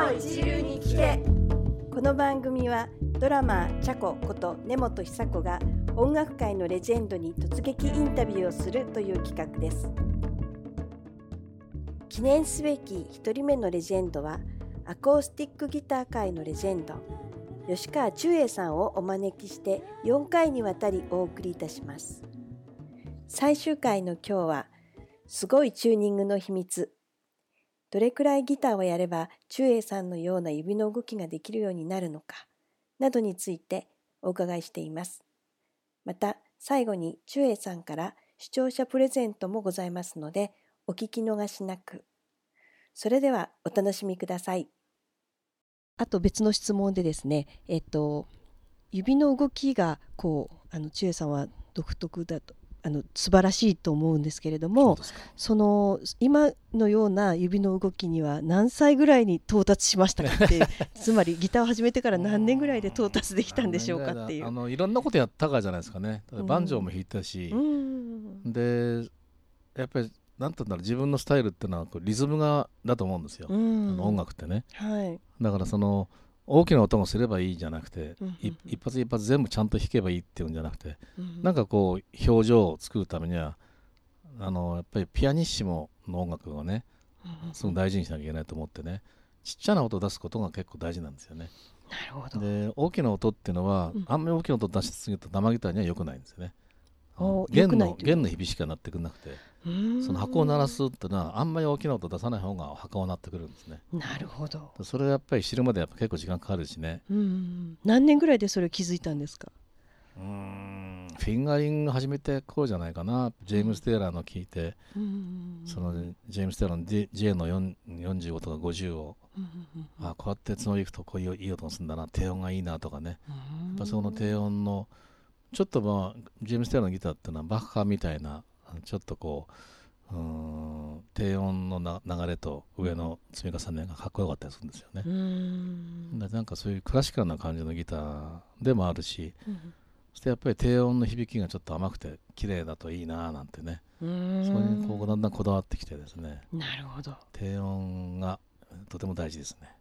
の一流に来て。 この番組はドラマーチャコこと根本久子が音楽界のレジェンドに突撃インタビューをするという企画です。記念すべき1人目のレジェンドはアコースティックギター界のレジェンド吉川忠英さんをお招きして4回にわたりお送りいたします。最終回の今日はすごいチューニングの秘密、どれくらいギターをやれば忠英さんのような指の動きができるようになるのかなどについてお伺いしています。また最後に忠英さんから視聴者プレゼントもございますのでお聞き逃しなく。それではお楽しみください。あと別の質問でですね、指の動きが忠英さんは独特だと素晴らしいと思うんですけれども、その今のような指の動きには何歳ぐらいに到達しましたかってつまりギターを始めてから何年ぐらいで到達できたんでしょうかっていう。 いろんなことやったからじゃないですかね。バンジョーも弾いたし、でやっぱりなんていうんだろう、自分のスタイルっていうのはリズムだと思うんですよ、音楽ってね、はい、だからその大きな音がすればいいじゃなくて、一発一発全部ちゃんと弾けばいいっていうんじゃなくて、なんかこう表情を作るためにはやっぱりピアニッシモの音楽をね、すごく大事にしなきゃいけないと思ってね、ちっちゃな音を出すことが結構大事なんですよね。 なるほど。 で大きな音っていうのは、あんまり大きな音を出しすぎると生ギターには良くないんですよね。弦の響きが鳴ってくれなくて、その箱を鳴らすってのはあんまり大きな音出さない方が箱は鳴ってくるんですね。 なるほど。 それはやっぱり知るまでやっぱ結構時間かかるしね。 何年ぐらいでそれ気づいたんですか？ フィンガリング始めて頃じゃないかな。ジェームス・テイラーの聞いて、そのジェームス・テイラーの J の45とか50を、こうやってつまりいくとこういういい音がするんだな、低音がいいなとかね、やっぱその低音のちょっとジェームス・テイラーのギターっていうのはバッハみたいなちょっとこう低音の流れと上の積み重ねがかっこよかったりするんですよね。なんかそういうクラシカルな感じのギターでもあるし、そしてやっぱり低音の響きがちょっと甘くて綺麗だといいななんてね、それにこうだんだんこだわってきてですね。 なるほど。 低音がとても大事ですね。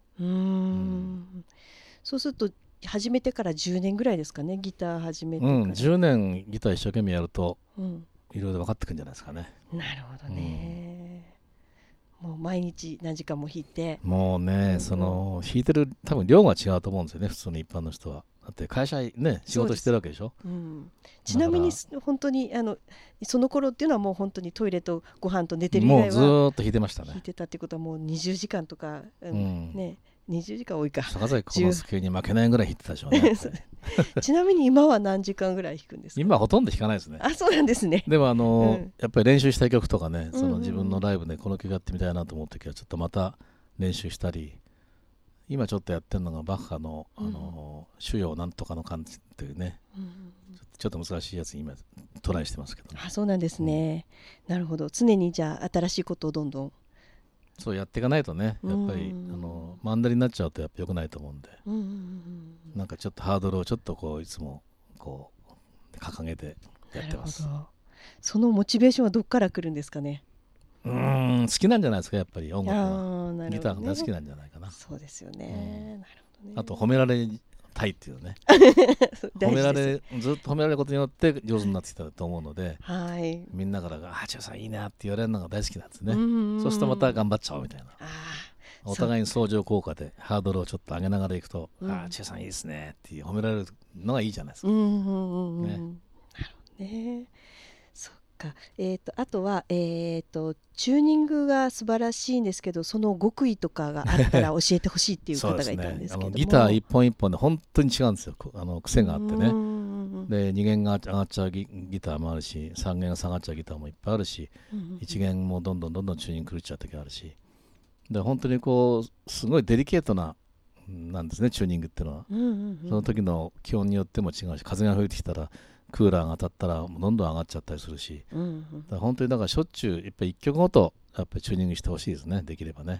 そうすると始めてから10年ぐらいですかね、ギター始めてから。 10年ギター一生懸命やると、いろいろ分かってくるんじゃないですかね。 なるほどね。もう毎日何時間も弾いて、 もうね、その弾いてる多分量が違うと思うんですよね、普通の一般の人は。だって会社ね、仕事してるわけでしょ。 ちなみに本当にその頃っていうのはもう本当にトイレとご飯と寝てる以外はもうずーっと弾いてましたね。 弾いてたってことはもう20時間とか、ね、20時間多いか。 坂崎幸之助に負けないぐらい弾いてたでしょうね。 ちなみに今は何時間ぐらい弾くんですか？ 今ほとんど弾かないですね。 あ、そうなんですね。 でもやっぱり練習したい曲とかね、その自分のライブでこの曲やってみたいなと思う時はちょっとまた練習したり、今ちょっとやってるのがバッハの主要なんとかの感じっていうね、ちょっと難しいやつに今トライしてますけどね。 あ、そうなんですね。なるほど。常にじゃあ新しいことをどんどんそうやっていかないとね、やっぱりマンダリになっちゃうとやっぱ良くないと思うんで、なんかちょっとハードルをちょっとこういつもこう掲げてやってます。 なるほど。そのモチベーションはどっから来るんですかね？ 好きなんじゃないですか、やっぱり音楽は、 ね、 ギターが大好きなんじゃないかな。 そうですよね。なるほどね。 あと褒められたいっていうねずっと褒められることによって上手になってきたと思うので、みんなからが千代さんいいなって言われるのが大好きなんですね。そうするとまた頑張っちゃおうみたいな、お互いに相乗効果でハードルをちょっと上げながらいくと、千代さんいいですねっていう褒められるのがいいじゃないですか。なるほどね。そっか。あとはチューニングが素晴らしいんですけど、その極意とかがあったら教えてほしいっていう方がいたんですけどもギター一本一本で本当に違うんですよ。癖があってね。で2弦が上がっちゃうギターもあるし、3弦が下がっちゃうギターもいっぱいあるし、1弦もどんどんチューニング狂っちゃう時あるし、で本当にこうすごいデリケートなんですね、チューニングっていうのは。その時の気温によっても違うし、風が吹いてきたらクーラーが当たったらどんどん上がっちゃったりするし、だから本当にだからしょっちゅうやっぱり1曲ごとやっぱりチューニングしてほしいですね、できればね。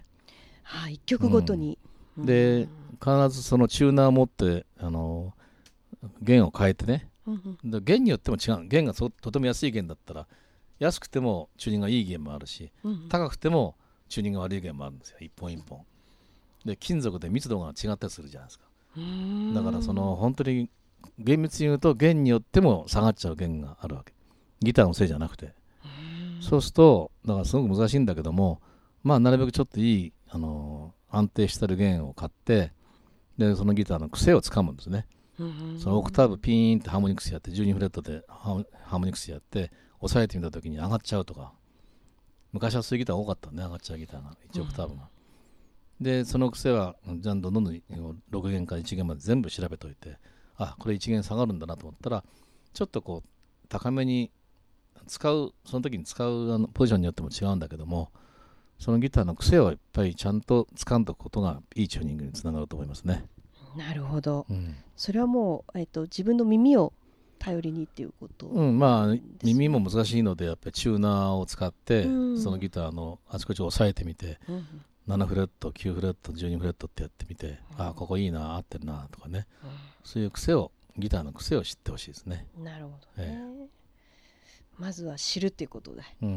1曲ごとに、 で必ずそのチューナーを持って弦を変えてね、で弦によっても違う。弦がとても安い弦だったら安くてもチューニングがいい弦もあるし、高くてもチューニングが悪い弦もあるんですよ、一本一本。 で金属で密度が違ったりするじゃないですか。だからその本当に厳密に言うと弦によっても下がっちゃう弦があるわけ。ギターのせいじゃなくて、そうするとだからすごく難しいんだけども、まあなるべくちょっといい安定してる弦を買って、でそのギターの癖をつかむんですね。そのオクターブピーンってハーモニクスやって12フレットでハーモニクスやって押さえてみた時に上がっちゃうとか、昔はそういうギター多かったね、上がっちゃうギターが1オクターブが、でその癖はどんどん6弦から1弦まで全部調べといて、あこれ1弦下がるんだなと思ったら、ちょっとこう高めに使う、その時に使うポジションによっても違うんだけども、そのギターの癖をやっぱりちゃんと掴んでおくことがいいチューニングにつながると思いますね。 なるほど、それはもう、自分の耳を頼りにっていうこと、 まあ耳も難しいのでやっぱりチューナーを使って、そのギターのあちこちを押さえてみて、7フレット9フレット12フレットってやってみて、あここいいな合ってるなとかね、そういう癖をギターの癖を知ってほしいですね。 なるほどね、まずは知るっていうことで、はい、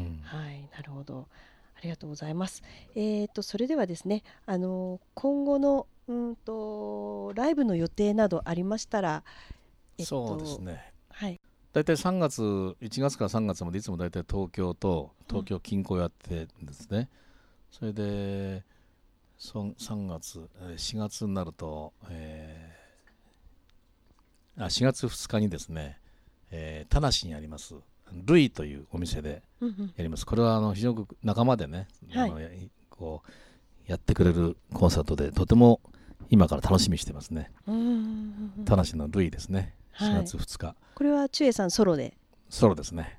なるほど、ありがとうございます。それではですね、今後のライブの予定などありましたら、 そうですね、 はい、 だいたい1月から3月までいつもだいたい東京近郊やってですね、それで3月4月になると、4月2日にですね、田無にありますルイというお店でやります。これは非常に仲間でね、こうやってくれるコンサートで、とても今から楽しみにしてますね。田無のルイですね、4月2日、 これはチュエさんソロですね。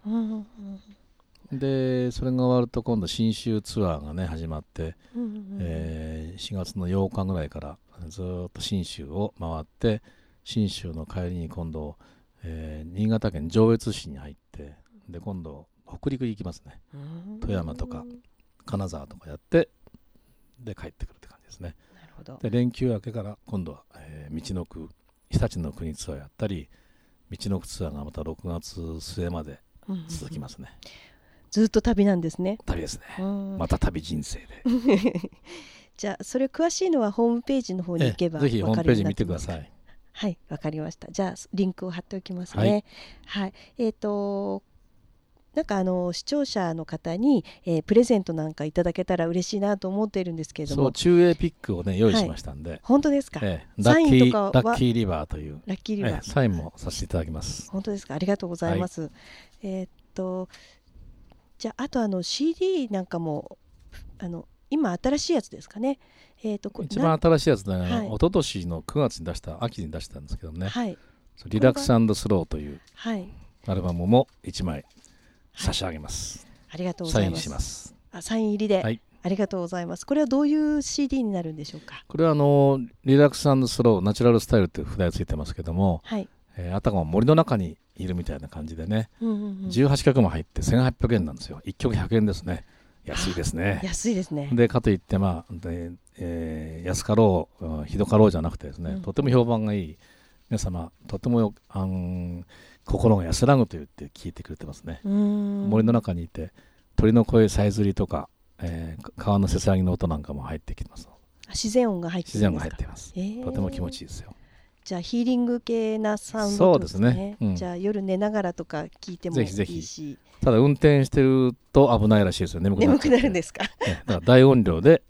でそれが終わると今度信州ツアーがね始まって、4月の8日ぐらいからずっと信州を回って、信州の帰りに今度、新潟県上越市に入って、で今度北陸行きますね。富山とか金沢とかやって、で帰ってくるって感じですね。 なるほど。 で連休明けから今度は、道のく日立の国ツアーやったり、道のくツアーがまた6月末まで続きますね。 ずっと旅なんですね。 旅ですね。また旅人生でじゃあそれ詳しいのはホームページの方に行けば、 ぜひホームページ見てください。 はい、わかりました。じゃあリンクを貼っておきますね。はい、なんか視聴者の方に、プレゼントなんかいただけたら嬉しいなと思っているんですけれども、 そう中英ピックをね用意しましたんで、 本当ですか。 サインとかはラッキーリバーというラッキーリバー、 サインもさせていただきます。 本当ですか。ありがとうございます。じゃああとCD なんかも今新しいやつですかね。 一番新しいやつだね、一昨年の9月に秋に出したんですけどね、リラックス&スローというアルバムも1枚差し上げます。 ありがとうございます。 サインします。 サイン入りで、ありがとうございます。これはどういう CD になるんでしょうか。 これはリラックス&スローナチュラルスタイルって札がついてますけども、あたかも森の中にいるみたいな感じでね、18曲も入って1800円なんですよ。1曲100円ですね。安いですね。 安いですね。 でかといって安かろうひどかろうじゃなくてですね、とても評判がいい、皆様とても心が安らぐと言って聞いてくれてますね。森の中にいて鳥の声さえずりとか、川のせせらぎの音なんかも入ってきてます。 自然音が入っています。 自然音が入っています。とても気持ちいいですよ。 じゃあヒーリング系なサウンドですね。 そうですね。 じゃあ夜寝ながらとか聞いてもいいし。ぜひぜひ。 ただ運転してると危ないらしいですよ。眠くなるんですか。 だから大音量で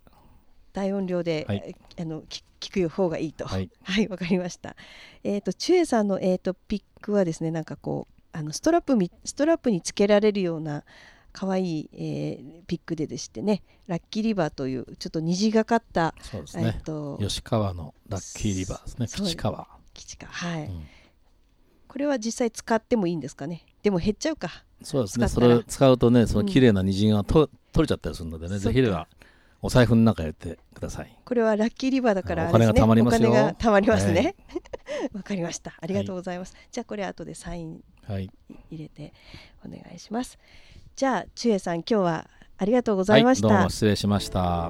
聞く方がいいと。はい、わかりました。チュエさんのピックはですね、なんかこうストラップにつけられるような可愛いピックでしてね、ラッキーリバーというちょっと虹がかった、 そうですね、吉川のラッキーリバーですね。吉川、 はい、これは実際使ってもいいんですかね。でも減っちゃうか。 そうですね、それ使うとね、その綺麗な虹が取れちゃったりするのでね、ぜひはお財布の中に入れてください。 これはラッキーリバーだからお金がたまりますよ。 お金がたまりますね。わかりました。ありがとうございます。じゃあこれ後でサイン入れてお願いします。じゃあチュエさん、今日はありがとうございました。 どうも失礼しました。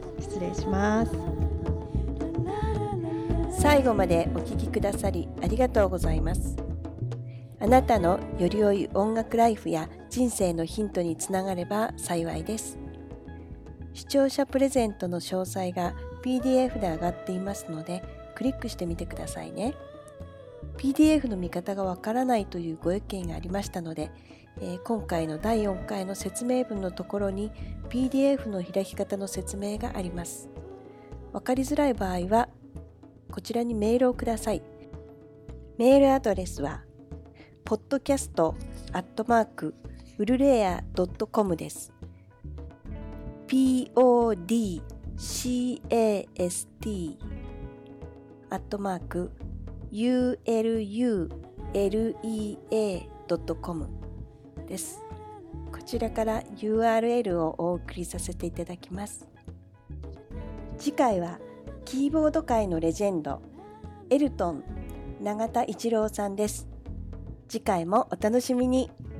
失礼します。 最後までお聞きくださりありがとうございます。あなたのより良い音楽ライフや人生のヒントにつながれば幸いです。 視聴者プレゼントの詳細が PDF で上がっていますので、クリックしてみてくださいね。PDF の見方がわからないというご意見がありましたので、今回の第4回の説明文のところに PDF の開き方の説明があります。わかりづらい場合は、こちらにメールをください。メールアドレスは podcast@ululea.com です。podcast@ululea.com です。こちらから URL をお送りさせていただきます。次回はキーボード界のレジェンド、エルトン永田一郎さんです。次回もお楽しみに。